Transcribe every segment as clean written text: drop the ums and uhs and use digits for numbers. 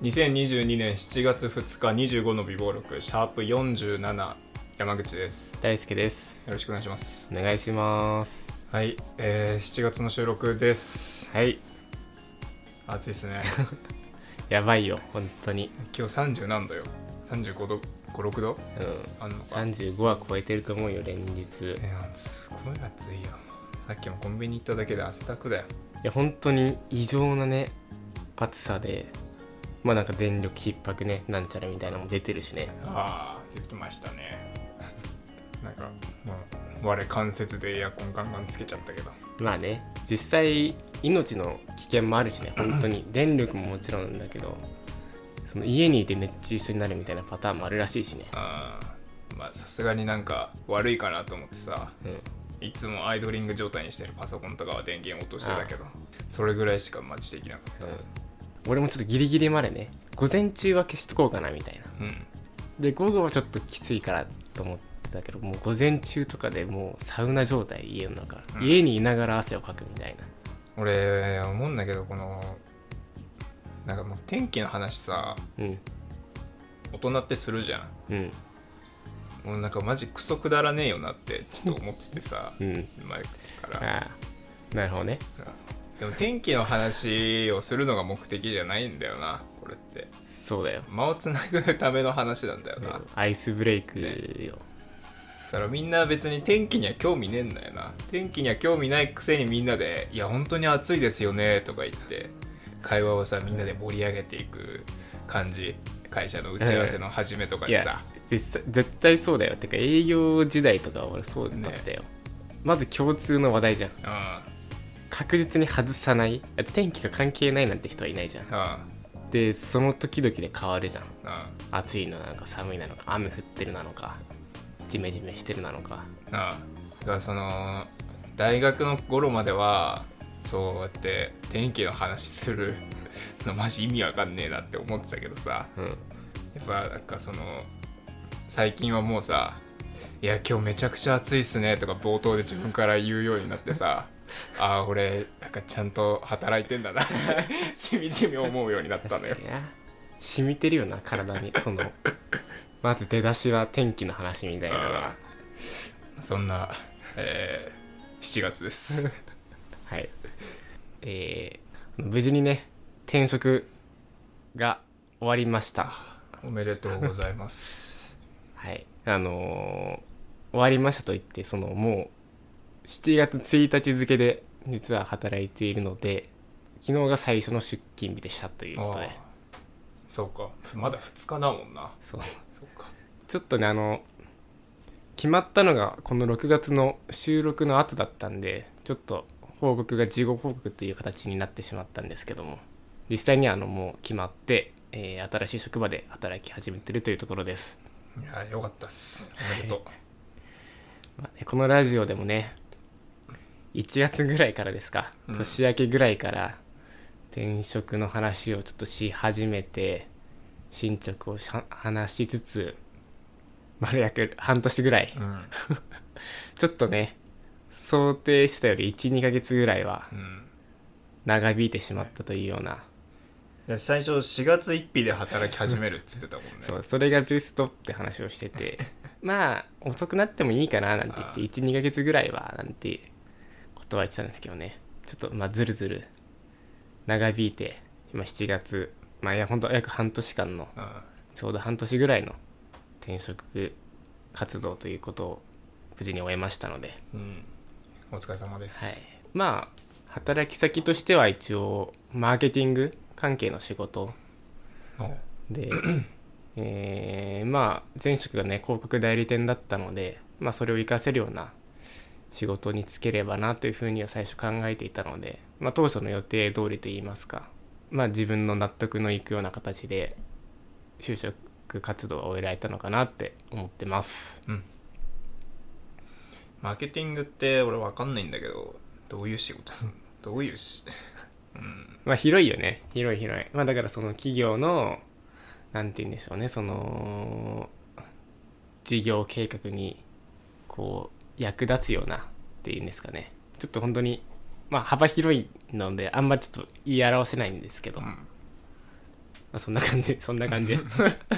2022年7月2日25の備忘録シャープ47山口です。 大輔です。 よろしくお願いします。 お願いします。 はい、7月の収録です。 はい。 暑いっすね。 やばいよ本当に。 今日30何度よ。35度5、6度、 うんあんのか。 35は超えてると思うよ連日。 すごい暑いよ。さっきもコンビニ行っただけで汗だくだよ。 いや本当に異常なね暑さで、まあなんか電力逼迫ねなんちゃらみたいなのも出てるしね。 ああ出てましたね。なんか我関節でエアコンガンガンつけちゃったけど、 まあね実際命の危険もあるしね本当に電力ももちろんだけど、その家にいて熱中症になるみたいなパターンもあるらしいしね。 まあさすがになんか悪いかなと思ってさ、いつもアイドリング状態にしてるパソコンとかは電源落としてたけど、それぐらいしかマジできなかった。 俺もちょっとギリギリまでね午前中は消しとこうかなみたいな、で午後はちょっときついからと思ってたけど、もう午前中とかでもうサウナ状態家の中、家にいながら汗をかくみたいな。 俺思うんだけど、このなんかもう天気の話さ、大人ってするじゃん。もうなんかマジクソくだらねえよなってちょっと思っててさ、前から。 なるほどね。 でも天気の話をするのが目的じゃないんだよなこれって。 そうだよ、 間をつなぐための話なんだよな、 アイスブレイクよ、 だからみんな別に天気には興味ねえんだよな。天気には興味ないくせにみんなでいや本当に暑いですよねとか言って会話をさみんなで盛り上げていく感じ。会社の打ち合わせの始めとかにさ、 絶対そうだよ。てか営業時代とかは俺そうだったよ、まず共通の話題じゃん。確実に外さない。天気が関係ないなんて人はいないじゃん。でその時々で変わるじゃん。暑いのなのか寒いなのか雨降ってるなのかジメジメしてるなのか。 だからその大学の頃まではそうやって天気の話するのマジ意味わかんねえなって思ってたけどさ、やっぱなんかその最近はもうさ、いや今日めちゃくちゃ暑いっすねとか冒頭で自分から言うようになってさ俺なんかちゃんと働いてんだなってしみじみ思うようになったのよ。 染みてるよな体に。そのまず出だしは天気の話みたいな。 そんな、7月ですはい。無事にね転職が終わりました。 おめでとうございますはい終わりましたといって、そのもう7月1日付で実は働いているので、昨日が最初の出勤日でしたということで。 そうか、まだ2日だもんな。 そうか。 ちょっとね決まったのがこの6月の収録の後だったんで、ちょっと報告が事後報告という形になってしまったんですけども、実際にはもう決まって、新しい職場で働き始めてるというところです。 いやよかったっす、おめでとう。 このラジオでもね1月ぐらいからですか、年明けぐらいから転職の話をちょっとし始めて、進捗を話しつつ、約半年ぐらい、ちょっとね想定してたより 1,2 ヶ月ぐらいは長引いてしまったというような。 最初4月1日で働き始めるっつってたもんねそれがベストって話をしててまあ遅くなってもいいかななんて言って 1,2 ヶ月ぐらいはなんてことは言ってたんですけどね、ちょっとずるずる長引いて今7月、いや本当約半年間のちょうど半年ぐらいの転職活動ということを無事に終えましたので、 お疲れ様です。 働き先としては一応マーケティング関係の仕事で前職がね広告代理店だったので、それを活かせるような仕事に就ければなというふうには最初考えていたので、当初の予定通りといいますか、自分の納得のいくような形で就職活動を終えられたのかなって思ってます。 マーケティングって俺分かんないんだけど、どういう仕事するの？どういう広いよね。広い。だからその企業のなんて言うんでしょうね、その事業計画にこう役立つようなっていうんですかね。ちょっと本当に幅広いのであんまりちょっと言い表せないんですけど、 そんな感じですうん、 だからちょっ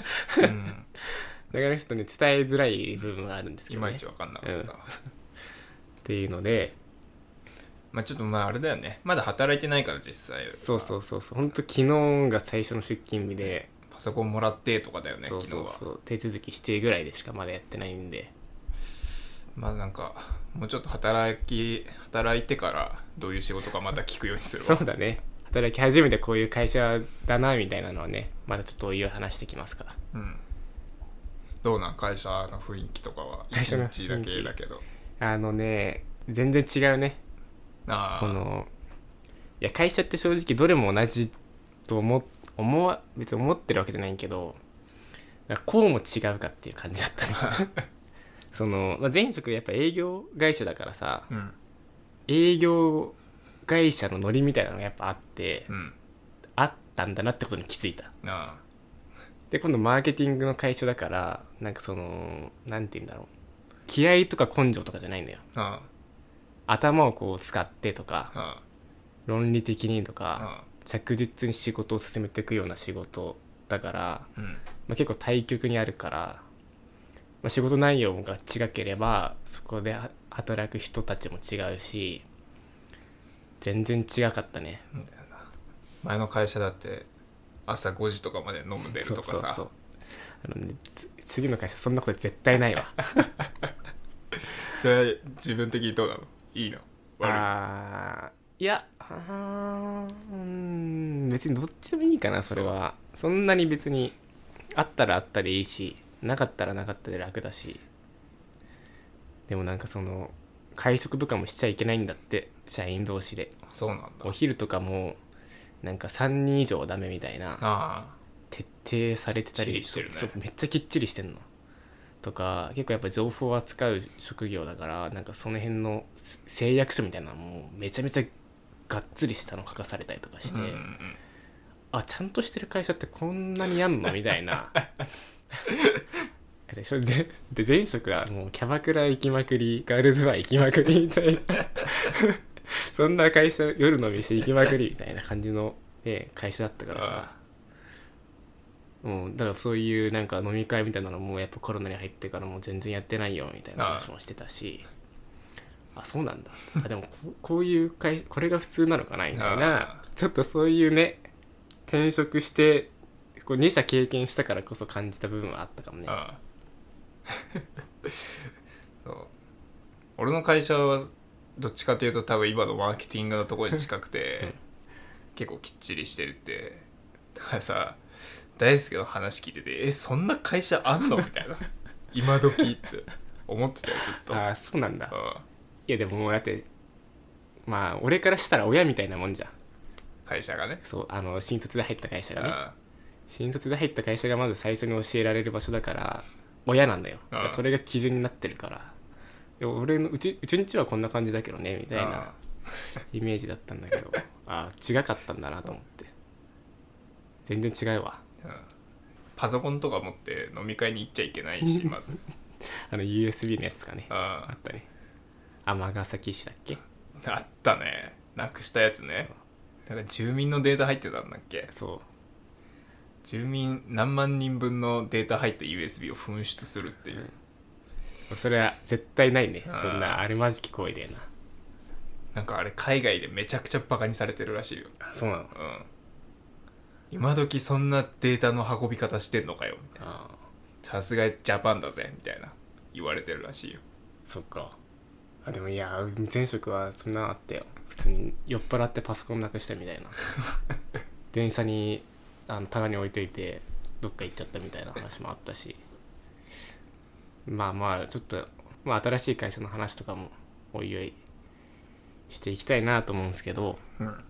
とね伝えづらい部分はあるんですけどね、 いまいち分かんなかった、 っていうので、 まあちょっとまああれだよね、まだ働いてないから実際そうほんと昨日が最初の出勤日で、 パソコンもらってとかだよね、 そう昨日は。 手続きしてぐらいでしかまだやってないんで、 まあなんかもうちょっと働いてからどういう仕事かまた聞くようにするわ。 そうだね、働き始めてこういう会社だなみたいなのはね、まだちょっとおいおい話してきますから。 うん、どうなん会社の雰囲気とかは。 会社の雰囲気一日だけだけど、 全然違うね。 あいや会社って正直どれも同じと別に思ってるわけじゃないけど、こうも違うかっていう感じだったね前職やっぱ営業会社だからさ、 うん、 営業会社のノリみたいなのがやっぱあって、 うん、 あったんだなってことに気づいた。 あで今度マーケティングの会社だから、なんて言うんだろう、気合とか根性とかじゃないんだよ。 あ頭をこう使ってとか、 あ論理的にとか、 あ着実に仕事を進めていくような仕事だから、 うん結構対極にあるから、仕事内容が違ければそこで働く人たちも違うし、全然違かったね。 だよな。前の会社だって朝5時とかまで飲むでるとかさ。 そう次の会社そんなこと絶対ないわそれは自分的にどうなの？いいの？悪い？ いや別にどっちでもいいかな。それはそんなに別にあったらあったでいいし、なかったらなかったで楽だし。でもなんか会食とかもしちゃいけないんだって、社員同士で。 そうなんだ。 お昼とかもなんか3人以上ダメみたいな徹底されてたりきっちりしてるね。 そうめっちゃきっちりしてんのとか、結構やっぱ情報を扱う職業だから、なんかその辺の誓約書みたいなのもめちゃめちゃがっつりしたの書かされたりとかして、あ、ちゃんとしてる会社ってこんなにやんのみたいなで前職はもうキャバクラ行きまくり、ガールズバー行きまくりみたいなそんな会社、夜の店行きまくりみたいな感じの、会社だったからさ、だからそういうなんか飲み会みたいなのもやっぱコロナに入ってからもう全然やってないよみたいな話もしてたし、そうなんだ、でもこういうこれが普通なのかなみたいな、ちょっとそういうね、転職してこう2社経験したからこそ感じた部分はあったかもね。 そう俺の会社はどっちかというと多分今のマーケティングのところに近くて、結構きっちりしてるって。だからさ、大輔の話聞いてて、そんな会社あんのみたいな今時って思ってたよずっと。 そうなんだ。いやでももうだって俺からしたら親みたいなもんじゃん、 会社がね。 そう新卒で入った会社がね、新卒で入った会社がまず最初に教えられる場所だから親なんだよ。それが基準になってるから、うちんちはこんな感じだけどねみたいなイメージだったんだけど、違かったんだなと思って。全然違うわ。 パソコンとか持って飲み会に行っちゃいけないしまず USB のやつかね、あったね。尼崎市だっけ。 あったね、なくしたやつね。だから住民のデータ入ってたんだっけ。 そう住民何万人分のデータ入った USB を紛失するっていう、 それは絶対ないね。そんなあるまじき行為でな。 なんかあれ海外でめちゃくちゃバカにされてるらしいよ。 そうなの。 今時そんなデータの運び方してんのかよみたいな。さすがジャパンだぜみたいな言われてるらしいよ。 そっか。でもいや前職はそんなのあったよ。普通に酔っ払ってパソコンなくしたみたいな電車に棚に置いといてどっか行っちゃったみたいな話もあったし、ちょっと新しい会社の話とかもおいおいしていきたいなと思うんですけど、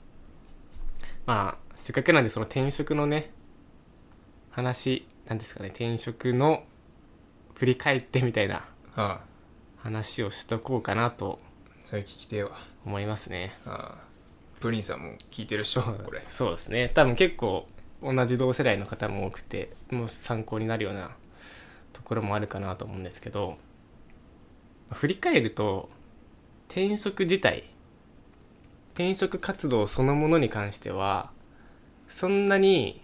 せっかくなんでその転職のね話なんですかね、転職の振り返ってみたいな話をしとこうかなとそれ聞きてえわ。 思いますね。 プリンさんも聞いてるっしょこれ。 そうですね、多分結構同じ同世代の方も多くて、もう参考になるようなところもあるかなと思うんですけど、振り返ると転職自体、転職活動そのものに関してはそんなに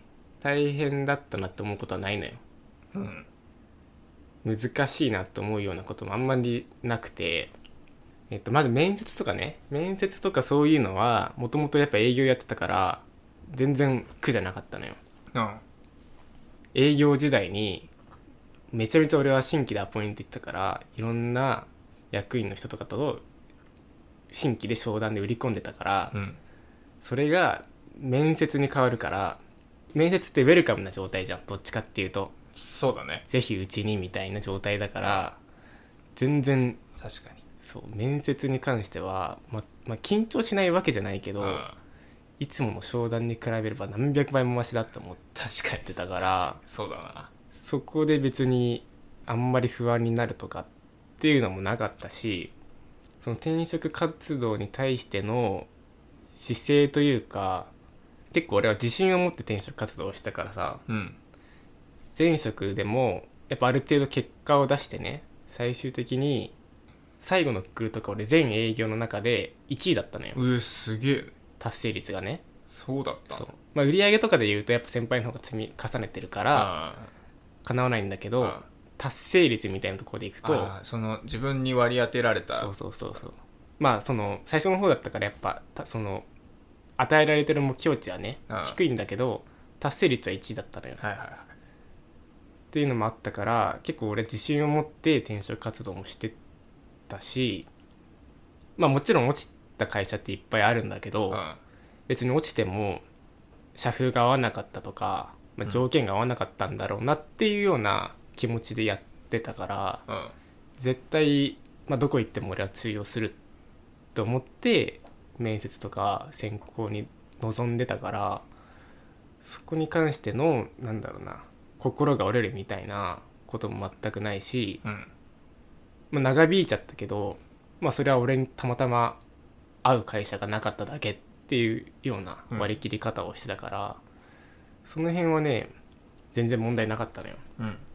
大変だったなって思うことはないのよ。 うん難しいなと思うようなこともあんまりなくて、まず面接とかそういうのはもともとやっぱ営業やってたから全然苦じゃなかったのよ。 うん営業時代にめちゃめちゃ俺は新規でアポイント行ったから、いろんな役員の人とかと新規で商談で売り込んでたから、 うんそれが面接に変わるから、面接ってウェルカムな状態じゃん、どっちかっていうと。 そうだね。 ぜひうちにみたいな状態だから、全然確かに。 そう面接に関しては、緊張しないわけじゃないけど、いつもの商談に比べれば何百倍もマシだって思ってたから、 そうだな。 そこで別にあんまり不安になるとかっていうのもなかったし、その転職活動に対しての姿勢というか、結構俺は自信を持って転職活動をしたからさ、 うん前職でもやっぱある程度結果を出してね、最終的に最後のクルとか俺全営業の中で1位だったのよ。 すげえ。 達成率がね。 そうだったそう、売上とかで言うとやっぱ先輩の方が積み重ねてるから叶わないんだけど、達成率みたいなところでいくと、 その自分に割り当てられた。 そうその最初の方だったからやっぱその与えられてる目標値はね低いんだけど、達成率は1位だったのよ。っていうのもあったから、結構俺自信を持って転職活動もしてたし、もちろん落ちた会社っていっぱいあるんだけど、別に落ちても社風が合わなかったとか、条件が合わなかったんだろうなっていうような気持ちでやってたから、絶対、どこ行っても俺は通用すると思って面接とか選考に臨んでたから、そこに関してのなんだろうな、心が折れるみたいなことも全くないし、長引いちゃったけど、それは俺にたまたま合う会社がなかっただけっていうような割り切り方をしてたから、その辺はね全然問題なかったのよ。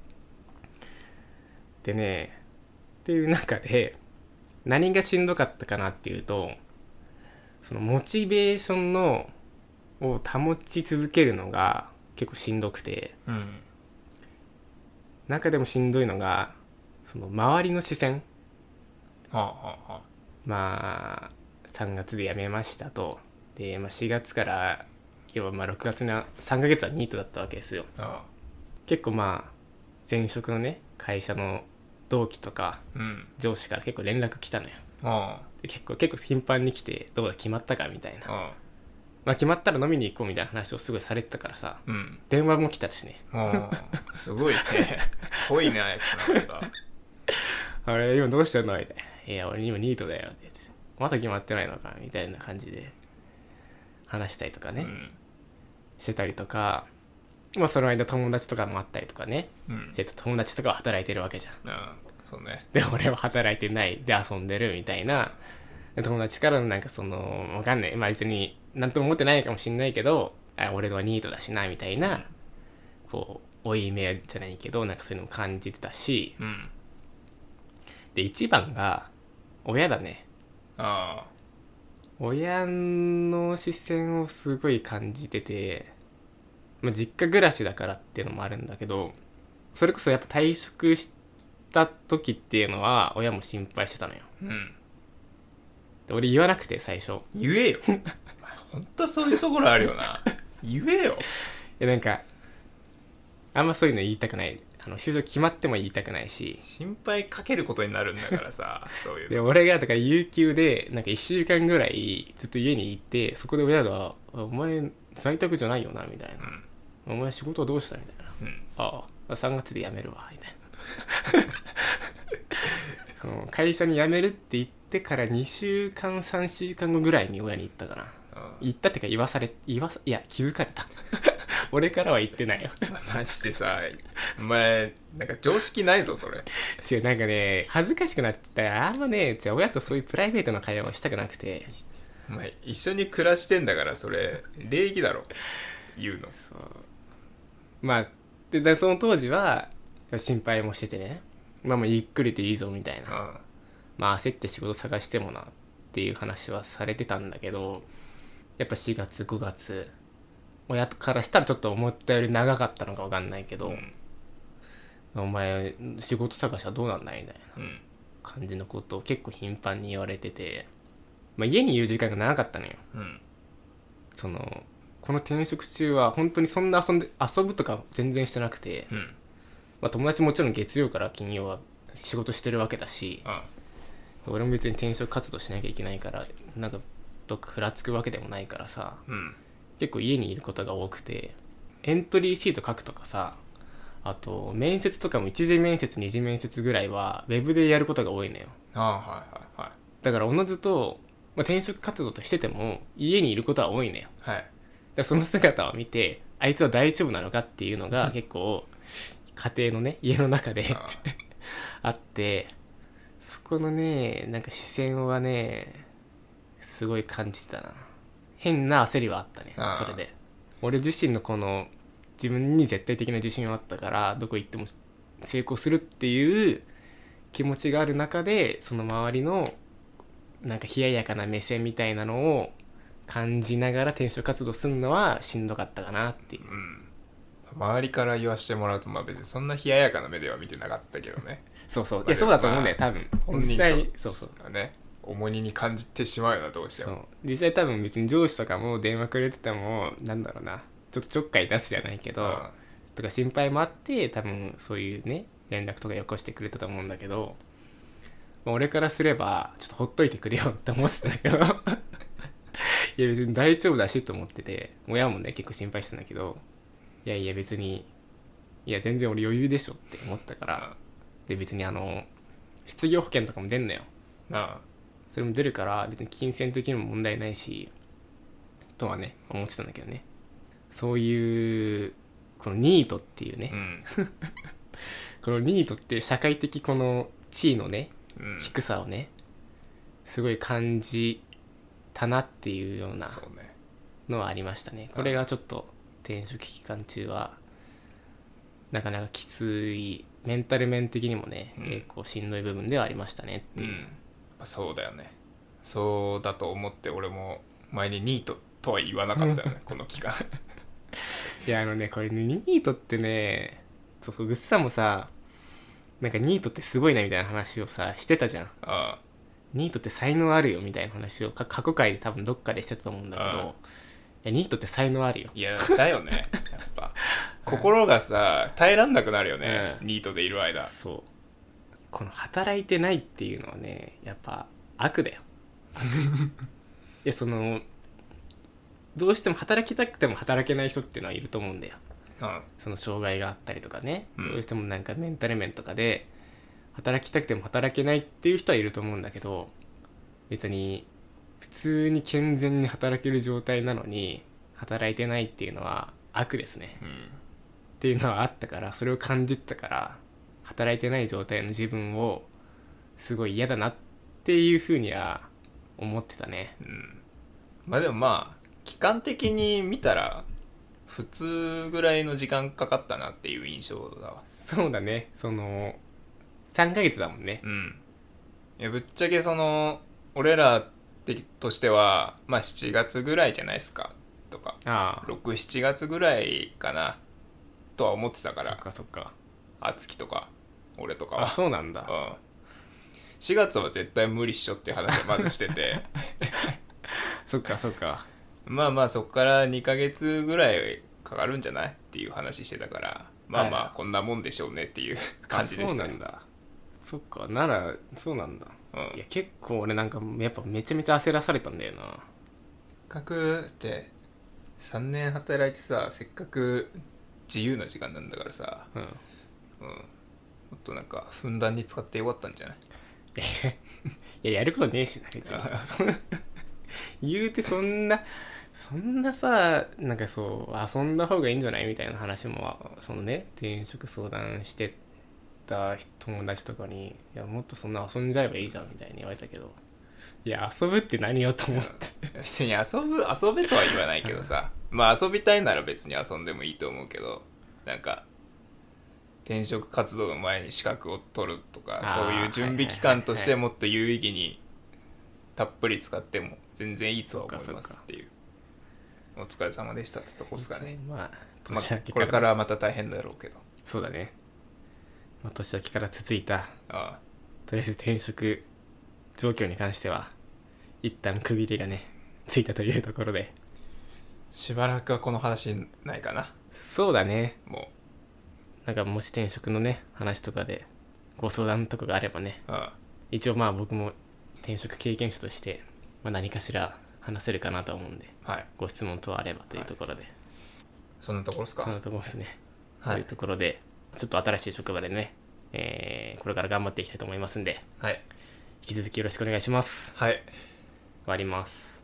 でね、っていう中で何がしんどかったかなっていうと、そのモチベーションを保ち続けるのが結構しんどくて、中でもしんどいのがその周りの視線。3月で辞めましたと。で、4月から要は6月の3ヶ月はニートだったわけですよ。結構前職のね会社の同期とか、上司から結構連絡来たのよ。で結構頻繁に来て、どうだ決まったかみたいな、決まったら飲みに行こうみたいな話をすごいされてたからさ、電話も来たしね。 すごいね。濃いなやつなんだ。 あれ今どうしてんのみたいな。いや俺今ニートだよって言って、まだ決まってないのかみたいな感じで話したりとかね、してたりとか、その間友達とかもあったりとかね、友達とかは働いてるわけじゃん。 そうね。 で俺は働いてないで遊んでるみたいな、友達からのなんかそのわかんない、別になんとも思ってないかもしんないけど、俺はニートだしなみたいな、こう負い目じゃないけどなんかそういうのも感じてたし、で一番が親だね。親の視線をすごい感じてて、実家暮らしだからっていうのもあるんだけど、それこそやっぱ退職した時っていうのは親も心配してたのよ。で俺言わなくて最初。 言えよ。ほんとそういうところあるよな。言えよ。 なんかあんまそういうの言いたくない。就職決まっても言いたくないし、 心配かけることになるんだからさ。そういうので俺がだから有給でなんか1週間ぐらいずっと家に行って、そこで親が「お前在宅じゃないよな」みたいな、お前仕事はどうしたみたいな、3月で辞めるわみたいな。その会社に辞めるって言ってから2週間3週間後ぐらいに親に言ったかな。言ったってかいや気づかれた。俺からは言ってないよ。 マジでさ、お前なんか常識ないぞそれ。 違う、なんかね恥ずかしくなっちゃったら、あんまね親とそういうプライベートな会話をしたくなくて。 お前一緒に暮らしてんだから、それ礼儀だろ言うの。 でその当時は心配もしててね、ゆっくりでいいぞみたいな、焦って仕事探してもなっていう話はされてたんだけど、やっぱ4月5月親からしたらちょっと思ったより長かったのか分かんないけど、お前仕事探しはどうなんだいみたいな感じのことを結構頻繁に言われてて、家にいる時間が長かったのよ。この転職中は本当にそんな遊ぶとか全然してなくて、友達もちろん月曜から金曜は仕事してるわけだし、俺も別に転職活動しなきゃいけないからなんかどっかふらつくわけでもないからさ、結構家にいることが多くて、エントリーシート書くとかさ、あと面接とかも一次面接二次面接ぐらいはウェブでやることが多いのよ。だからおのずと、転職活動としてても家にいることは多いのよ。だその姿を見てあいつは大丈夫なのかっていうのが結構家庭のね、家の中であって、そこのねなんか視線はねすごい感じてたな。変な焦りはあったね。それで俺自身のこの自分に絶対的な自信はあったから、どこ行っても成功するっていう気持ちがある中で、その周りのなんか冷ややかな目線みたいなのを感じながら転職活動するのはしんどかったかなっていう、 周りから言わしてもらうと、別にそんな冷ややかな目では見てなかったけどね。 そういやそうだと思うんだよ多分。実際そうね、重荷に感じてしまうよな、どうしても。 そう実際多分別に上司とかも電話くれててもなんだろうな、ちょっとちょっかい出すじゃないけど、とか心配もあって多分そういうね連絡とかよこしてくれたと思うんだけど、俺からすればちょっとほっといてくれよって思ってたんだけどいや別に大丈夫だしと思ってて、親もね結構心配してたんだけど、いや別に全然俺余裕でしょって思ったから、で別に失業保険とかも出んのよ。それも出るから別に金銭的にも問題ないしとはね思ってたんだけどね。そういうこのニートっていうね、このニートっていう社会的この地位のね、低さをねすごい感じたなっていうようなのはありましたね。これがちょっと転職期間中はなかなかきつい、メンタル面的にもね、結構しんどい部分ではありましたねっていう、 そうだよね。そうだと思って、俺も前にニートとは言わなかったよねこの期間いやこれねニートってね、そうグッさんもさなんかニートってすごいなみたいな話をさしてたじゃん。ニートって才能あるよみたいな話を過去回で多分どっかでしてたと思うんだけど、いやニートって才能あるよ。 いやだよねやっぱ心がさ耐えらんなくなるよね、ニートでいる間。 そうこの働いてないっていうのはねやっぱ悪だよ。悪いやどうしても働きたくても働けない人っていうのはいると思うんだよ。その障害があったりとかね、どうしてもなんかメンタル面とかで働きたくても働けないっていう人はいると思うんだけど、別に普通に健全に働ける状態なのに働いてないっていうのは悪ですね、っていうのはあったから、それを感じてたから、働いてない状態の自分をすごい嫌だなっていうふうには思ってたね。 でも期間的に見たら普通ぐらいの時間かかったなっていう印象だわ。 そうだね、3ヶ月だもんね。 いやぶっちゃけ俺らとしては7月ぐらいじゃないですかとか、6、7月ぐらいかなとは思ってたから。 そっかあつきとか俺とかは。 そうなんだ。 4月は絶対無理っしょって話をまずしててそっかそっから2ヶ月ぐらいかかるんじゃないっていう話してたから、こんなもんでしょうねっていう感じでした。 そうなんだ。そっか、ならそうなんだ。いや結構俺なんかやっぱめちゃめちゃ焦らされたんだよな。 せっかくって3年働いてさ、せっかく自由な時間なんだからさ、もっとなんかふんだんに使ってよかったんじゃない？ いややることねえしな別に言うてそんなさ、なんか遊んだ方がいいんじゃないみたいな話も転職相談してた友達とかに、いやもっとそんな遊んじゃえばいいじゃんみたいに言われたけど、いや遊ぶって何よと思って別に遊べとは言わないけどさ遊びたいなら別に遊んでもいいと思うけど、なんか転職活動の前に資格を取るとか、そういう準備期間としてもっと有意義にたっぷり使っても全然いいとは思いますっていう。 お疲れ様でしたってとこですかね。 まあま年明けこれからまた大変だろうけど。 そうだね、まあ、年明けから続いたああ、 とりあえず転職状況に関しては一旦区切りがねついたというところで、 しばらくはこの話ないかな。 そうだね、 もなんかもし転職のね話とかでご相談とかがあればね、 う。あ一応まあ僕も転職経験者として、まあ、何かしら話せるかなと思うんで、 あ、はい。 ご質問等あればというところで、 そんなところですか。 そんなところですね、 はいというところでちょっと新しい職場でね、これから頑張っていきたいと思いますんで、 はい。 引き続きよろしくお願いします。 はい。 終わります。